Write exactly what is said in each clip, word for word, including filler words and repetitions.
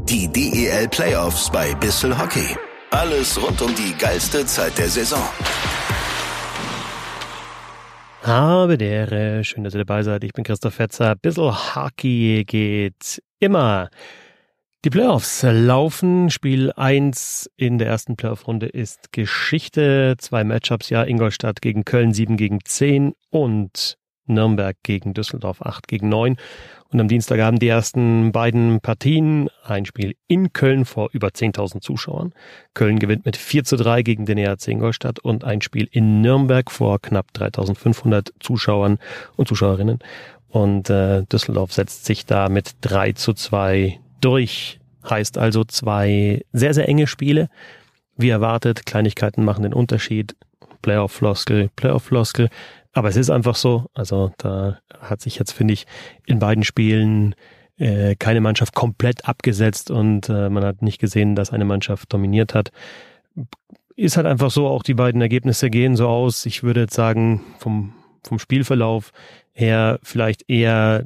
Die D E L Playoffs bei Bissl Hockey. Alles rund um die geilste Zeit der Saison. Habe der, schön, dass ihr dabei seid. Ich bin Christoph Fetzer. Bissl Hockey geht immer. Die Playoffs laufen. Spiel eins in der ersten Playoff-Runde ist Geschichte. Zwei Matchups, ja, Ingolstadt gegen Köln, sieben gegen zehn und Nürnberg gegen Düsseldorf, acht gegen neun. Und am Dienstagabend die ersten beiden Partien. Ein Spiel in Köln vor über zehntausend Zuschauern. Köln gewinnt mit vier zu drei gegen den E R C Ingolstadt und ein Spiel in Nürnberg vor knapp dreitausendfünfhundert Zuschauern und Zuschauerinnen. Und äh, Düsseldorf setzt sich da mit drei zu zwei durch. Heißt also zwei sehr, sehr enge Spiele. Wie erwartet, Kleinigkeiten machen den Unterschied. Playoff-Floskel, Playoff-Floskel. Aber es ist einfach so, also da hat sich jetzt, finde ich, in beiden Spielen äh, keine Mannschaft komplett abgesetzt und äh, man hat nicht gesehen, dass eine Mannschaft dominiert hat. Ist halt einfach so, auch die beiden Ergebnisse gehen so aus. Ich würde jetzt sagen, vom, vom Spielverlauf her vielleicht eher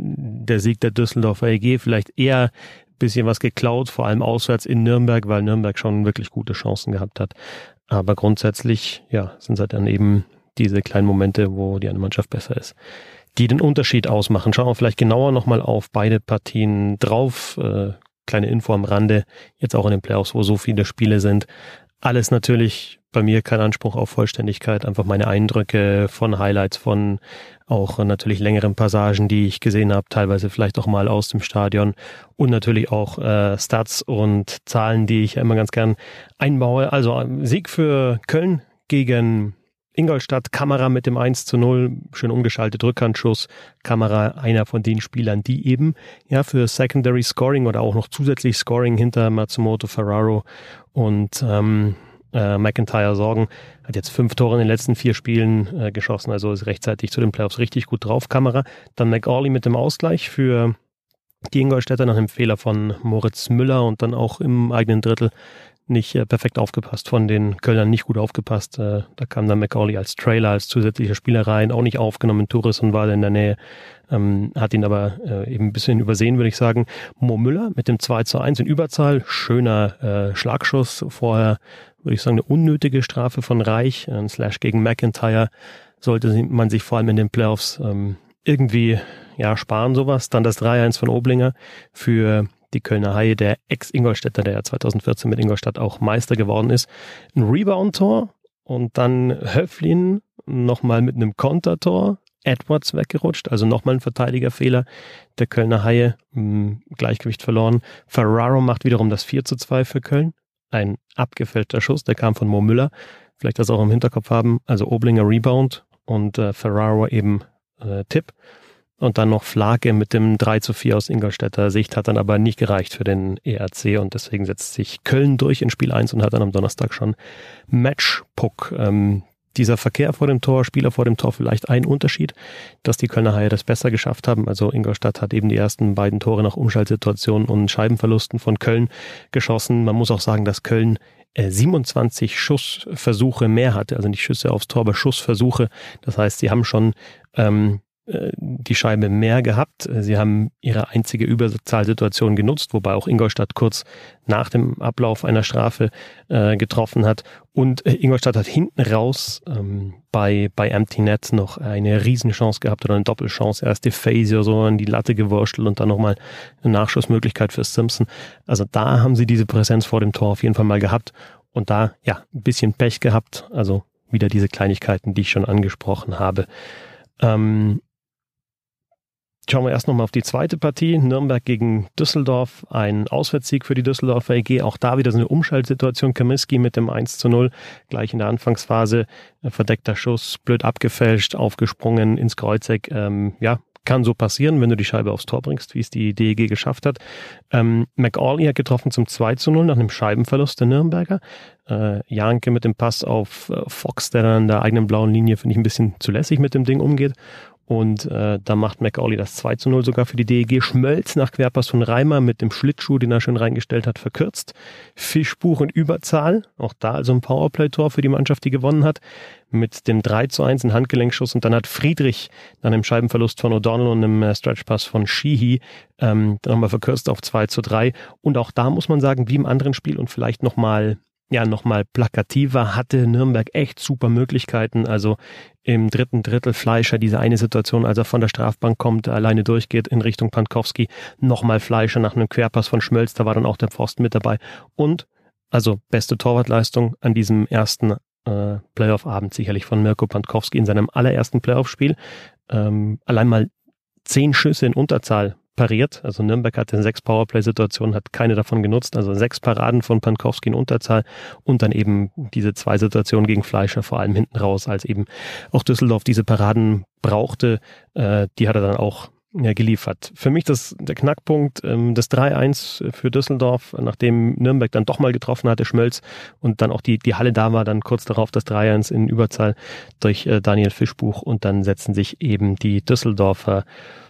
der Sieg der Düsseldorfer E G, vielleicht eher ein bisschen was geklaut, vor allem auswärts in Nürnberg, weil Nürnberg schon wirklich gute Chancen gehabt hat. Aber grundsätzlich, ja, sind es halt dann eben diese kleinen Momente, wo die eine Mannschaft besser ist, die den Unterschied ausmachen. Schauen wir vielleicht genauer nochmal auf beide Partien drauf. Äh, kleine Info am Rande, jetzt auch in den Playoffs, wo so viele Spiele sind. Alles natürlich bei mir kein Anspruch auf Vollständigkeit, einfach meine Eindrücke von Highlights, von auch natürlich längeren Passagen, die ich gesehen habe, teilweise vielleicht auch mal aus dem Stadion und natürlich auch äh, Stats und Zahlen, die ich immer ganz gern einbaue. Also Sieg für Köln gegen Ingolstadt, Kamera mit dem eins zu null, schön umgeschaltet, Rückhandschuss, Kamera einer von den Spielern, die eben ja für Secondary Scoring oder auch noch zusätzlich Scoring hinter Matsumoto, Ferraro und ähm, äh, McIntyre sorgen. Hat jetzt fünf Tore in den letzten vier Spielen äh, geschossen, also ist rechtzeitig zu den Playoffs richtig gut drauf, Kamera. Dann McAuley mit dem Ausgleich für die Ingolstädter nach einem Fehler von Moritz Müller und dann auch im eigenen Drittel nicht äh, perfekt aufgepasst, von den Kölnern nicht gut aufgepasst. Äh, da kam dann McAuley als Trailer, als zusätzlicher Spieler rein, auch nicht aufgenommen. Tourisson war da in der Nähe, ähm, hat ihn aber äh, eben ein bisschen übersehen, würde ich sagen. Mo Müller mit dem zwei zu eins in Überzahl, schöner äh, Schlagschuss. Vorher, würde ich sagen, eine unnötige Strafe von Reich, ein Slash gegen McIntyre. Sollte man sich vor allem in den Playoffs ähm, irgendwie ja sparen, sowas. Dann das drei eins von Oblinger für die Kölner Haie, der Ex-Ingolstädter, der ja zweitausendvierzehn mit Ingolstadt auch Meister geworden ist. Ein Rebound-Tor und dann Höflin nochmal mit einem Kontertor. Edwards weggerutscht, also nochmal ein Verteidigerfehler der Kölner Haie, mh, Gleichgewicht verloren. Ferraro macht wiederum das vier zu zwei für Köln. Ein abgefälschter Schuss, der kam von Mo Müller. Vielleicht das auch im Hinterkopf haben. Also Oblinger Rebound und äh, Ferraro eben äh, Tipp. Und dann noch Flake mit dem drei zu vier aus Ingolstädter Sicht, hat dann aber nicht gereicht für den E R C und deswegen setzt sich Köln durch in Spiel eins und hat dann am Donnerstag schon Matchpuck. Ähm, dieser Verkehr vor dem Tor, Spieler vor dem Tor, vielleicht ein Unterschied, dass die Kölner Haie das besser geschafft haben. Also Ingolstadt hat eben die ersten beiden Tore nach Umschaltsituationen und Scheibenverlusten von Köln geschossen. Man muss auch sagen, dass Köln äh, siebenundzwanzig Schussversuche mehr hatte, also nicht Schüsse aufs Tor, aber Schussversuche. Das heißt, sie haben schon ähm, die Scheibe mehr gehabt. Sie haben ihre einzige Überzahlsituation genutzt, wobei auch Ingolstadt kurz nach dem Ablauf einer Strafe äh, getroffen hat. Und äh, Ingolstadt hat hinten raus ähm, bei bei Empty Net noch eine Riesenchance gehabt oder eine Doppelchance. Erst DeFazio so an die Latte gewurschtelt und dann nochmal eine Nachschussmöglichkeit für Simpson. Also da haben sie diese Präsenz vor dem Tor auf jeden Fall mal gehabt. Und da, ja, ein bisschen Pech gehabt. Also wieder diese Kleinigkeiten, die ich schon angesprochen habe. Ähm, Schauen wir erst nochmal auf die zweite Partie. Nürnberg gegen Düsseldorf. Ein Auswärtssieg für die Düsseldorfer E G. Auch da wieder so eine Umschaltsituation. Kaminski mit dem eins zu null. Gleich in der Anfangsphase. Verdeckter Schuss. Blöd abgefälscht. Aufgesprungen ins Kreuzeck. Ähm, ja, kann so passieren, wenn du die Scheibe aufs Tor bringst, wie es die D E G geschafft hat. Ähm, McAuley hat getroffen zum zwei zu null nach einem Scheibenverlust der Nürnberger. Äh, Janke mit dem Pass auf äh, Fox, der dann an der eigenen blauen Linie, finde ich, ein bisschen zu lässig mit dem Ding umgeht. Und äh, da macht McAuley das zwei zu null sogar für die D E G. Schmölz nach Querpass von Reimer mit dem Schlittschuh, den er schön reingestellt hat, verkürzt. Fischbuch in Überzahl, auch da also ein Powerplay-Tor für die Mannschaft, die gewonnen hat, mit dem drei zu eins, ein Handgelenkschuss. Und dann hat Friedrich nach einem Scheibenverlust von O'Donnell und einem Stretchpass von Sheehy ähm, nochmal verkürzt auf zwei zu drei. Und auch da muss man sagen, wie im anderen Spiel und vielleicht nochmal ja, nochmal plakativer, hatte Nürnberg echt super Möglichkeiten. Also im dritten Drittel Fleischer, diese eine Situation, als er von der Strafbank kommt, alleine durchgeht in Richtung Pankowski, nochmal Fleischer nach einem Querpass von Schmölz, da war dann auch der Pfosten mit dabei. Und, also beste Torwartleistung an diesem ersten äh, Playoff-Abend sicherlich von Mirko Pankowski in seinem allerersten Playoff-Spiel. Ähm, allein mal zehn Schüsse in Unterzahl pariert. Also Nürnberg hatte sechs Powerplay-Situationen, hat keine davon genutzt. Also sechs Paraden von Pankowski in Unterzahl und dann eben diese zwei Situationen gegen Fleischer, vor allem hinten raus, als eben auch Düsseldorf diese Paraden brauchte. Äh, die hat er dann auch ja, geliefert. Für mich das der Knackpunkt, ähm, das drei eins für Düsseldorf, nachdem Nürnberg dann doch mal getroffen hatte, Schmölz, und dann auch die, die Halle da war, dann kurz darauf das drei eins in Überzahl durch äh, Daniel Fischbuch, und dann setzen sich eben die Düsseldorfer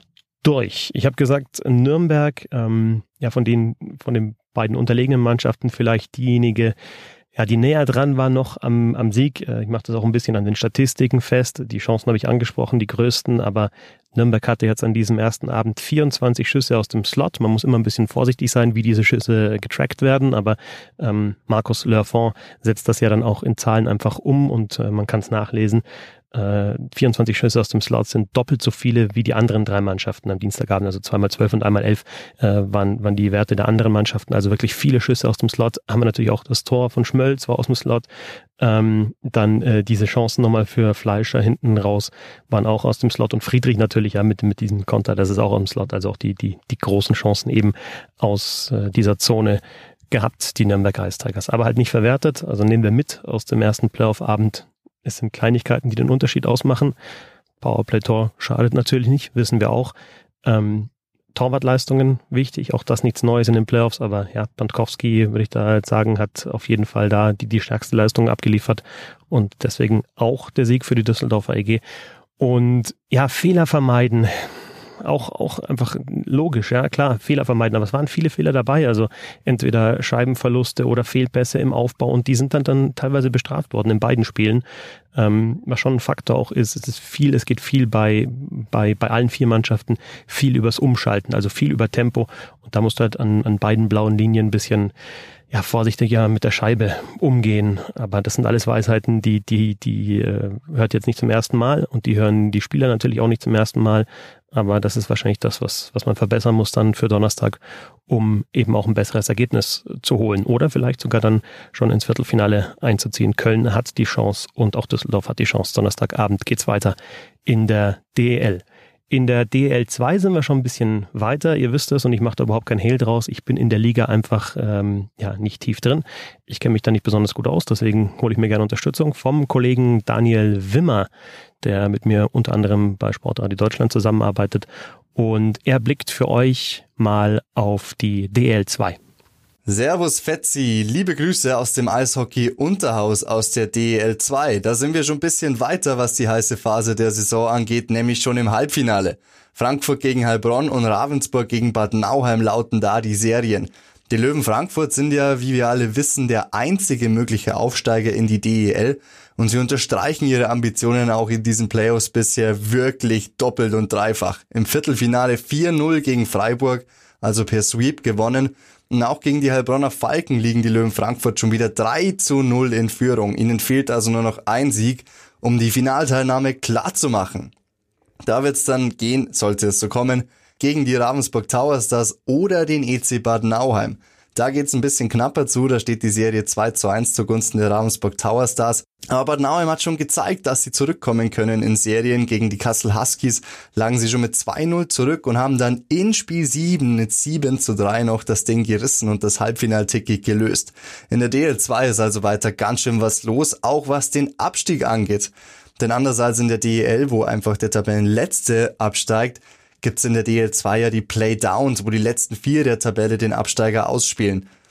durch. Ich habe gesagt, Nürnberg, ähm, ja, von den, von den beiden unterlegenen Mannschaften vielleicht diejenige, ja, die näher dran war noch am, am Sieg. Ich mache das auch ein bisschen an den Statistiken fest. Die Chancen habe ich angesprochen, die größten, aber Nürnberg hatte jetzt an diesem ersten Abend vierundzwanzig Schüsse aus dem Slot. Man muss immer ein bisschen vorsichtig sein, wie diese Schüsse getrackt werden, aber ähm, Markus Lerfond setzt das ja dann auch in Zahlen einfach um, und äh, man kann es nachlesen. Äh, vierundzwanzig Schüsse aus dem Slot sind doppelt so viele wie die anderen drei Mannschaften am Dienstagabend, also zweimal zwölf und einmal elf äh, waren, waren die Werte der anderen Mannschaften, also wirklich viele Schüsse aus dem Slot. Haben wir natürlich auch das Tor von Schmölz, war aus dem Slot. Ähm, dann äh, diese Chancen nochmal für Fleischer hinten raus waren auch aus dem Slot, und Friedrich natürlich ja mit, mit diesem Konter, das ist auch aus dem Slot, also auch die, die, die großen Chancen eben aus äh, dieser Zone gehabt, die Nürnberg Ice Tigers, aber halt nicht verwertet. Also nehmen wir mit aus dem ersten Playoff-Abend. Es sind Kleinigkeiten, die den Unterschied ausmachen. Powerplay-Tor schadet natürlich nicht, wissen wir auch. Ähm, Torwartleistungen wichtig, auch das nichts Neues in den Playoffs, aber ja, Pankowski, würde ich da jetzt sagen, hat auf jeden Fall da die, die stärkste Leistung abgeliefert, und deswegen auch der Sieg für die Düsseldorfer E G. Und ja, Fehler vermeiden. Auch, auch einfach logisch, ja klar, Fehler vermeiden, aber es waren viele Fehler dabei, also entweder Scheibenverluste oder Fehlpässe im Aufbau, und die sind dann, dann teilweise bestraft worden in beiden Spielen, ähm, was schon ein Faktor auch ist. Es ist viel, es geht viel bei, bei, bei allen vier Mannschaften, viel übers Umschalten, also viel über Tempo, und da musst du halt an, an beiden blauen Linien ein bisschen ja, vorsichtiger mit der Scheibe umgehen. Aber das sind alles Weisheiten, die, die, die äh, hört jetzt nicht zum ersten Mal, und die hören die Spieler natürlich auch nicht zum ersten Mal. Aber das ist wahrscheinlich das, was, was man verbessern muss dann für Donnerstag, um eben auch ein besseres Ergebnis zu holen. Oder vielleicht sogar dann schon ins Viertelfinale einzuziehen. Köln hat die Chance, und auch Düsseldorf hat die Chance. Donnerstagabend geht's weiter in der D E L. In der D E L zwei sind wir schon ein bisschen weiter, ihr wisst es, und ich mache da überhaupt kein Hehl draus. Ich bin in der Liga einfach ähm, ja nicht tief drin. Ich kenne mich da nicht besonders gut aus, deswegen hole ich mir gerne Unterstützung vom Kollegen Daniel Wimmer, der mit mir unter anderem bei Sportradio Deutschland zusammenarbeitet. Und er blickt für euch mal auf die D E L zwei. Servus Fetzi, liebe Grüße aus dem Eishockey-Unterhaus aus der D E L zwei. Da sind wir schon ein bisschen weiter, was die heiße Phase der Saison angeht, nämlich schon im Halbfinale. Frankfurt gegen Heilbronn und Ravensburg gegen Bad Nauheim lauten da die Serien. Die Löwen Frankfurt sind ja, wie wir alle wissen, der einzige mögliche Aufsteiger in die D E L, und sie unterstreichen ihre Ambitionen auch in diesen Playoffs bisher wirklich doppelt und dreifach. Im Viertelfinale vier null gegen Freiburg, also per Sweep gewonnen. Und auch gegen die Heilbronner Falken liegen die Löwen Frankfurt schon wieder drei zu null in Führung. Ihnen fehlt also nur noch ein Sieg, um die Finalteilnahme klar zu machen. Da wird's dann gehen, sollte es so kommen, gegen die Ravensburg Tower Stars oder den E C Bad Nauheim. Da geht's ein bisschen knapper zu, da steht die Serie zwei zu eins zugunsten der Ravensburg Tower Stars. Aber Bad Nauheim hat schon gezeigt, dass sie zurückkommen können in Serien. Gegen die Kassel Huskies lagen sie schon mit zwei null zurück und haben dann in Spiel sieben mit sieben zu drei noch das Ding gerissen und das Halbfinalticket gelöst. In der D E L zwei ist also weiter ganz schön was los, auch was den Abstieg angeht. Denn anders als in der D E L, wo einfach der Tabellenletzte absteigt, gibt's in der D E L zwei ja die Playdowns, wo die letzten vier der Tabelle den Absteiger ausspielen.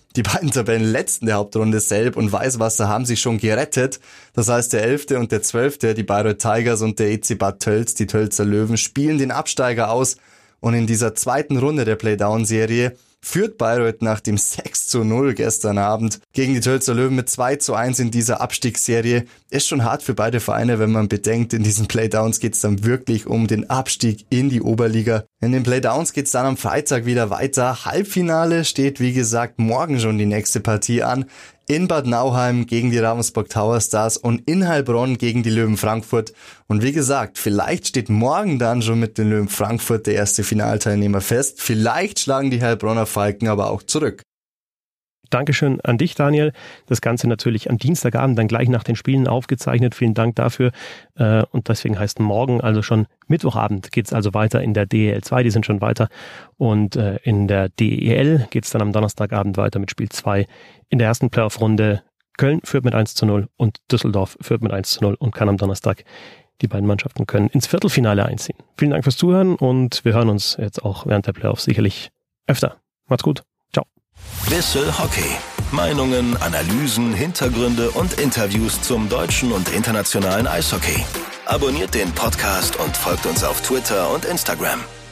Die beiden Tabellenletzten der Hauptrunde Selb und Weißwasser haben sich schon gerettet. Das heißt, der elfte und der zwölfte, die Bayreuth Tigers und der E C Bad Tölz, die Tölzer Löwen, spielen den Absteiger aus. Und in dieser zweiten Runde der Playdown-Serie führt Bayreuth nach dem sechs zu null gestern Abend gegen die Tölzer Löwen mit zwei zu eins in dieser Abstiegsserie. Ist schon hart für beide Vereine, wenn man bedenkt, in diesen Playdowns geht es dann wirklich um den Abstieg in die Oberliga. In den Playdowns geht es dann am Freitag wieder weiter. Halbfinale steht, wie gesagt, morgen schon die nächste Partie an. In Bad Nauheim gegen die Ravensburg Tower Stars und in Heilbronn gegen die Löwen Frankfurt. Und wie gesagt, vielleicht steht morgen dann schon mit den Löwen Frankfurt der erste Finalteilnehmer fest. Vielleicht schlagen die Heilbronner Falken aber auch zurück. Dankeschön an dich, Daniel. Das Ganze natürlich am Dienstagabend, dann gleich nach den Spielen aufgezeichnet. Vielen Dank dafür. Und deswegen heißt morgen, also schon Mittwochabend, geht es also weiter in der D E L zwei. Die sind schon weiter. Und in der D E L geht es dann am Donnerstagabend weiter mit Spiel zwei. In der ersten Playoff-Runde Köln führt mit eins zu null und Düsseldorf führt mit eins zu null und kann am Donnerstag, die beiden Mannschaften können ins Viertelfinale einziehen. Vielen Dank fürs Zuhören und wir hören uns jetzt auch während der Playoffs sicherlich öfter. Macht's gut. Ciao. Bissl Hockey. Meinungen, Analysen, Hintergründe und Interviews zum deutschen und internationalen Eishockey. Abonniert den Podcast und folgt uns auf Twitter und Instagram.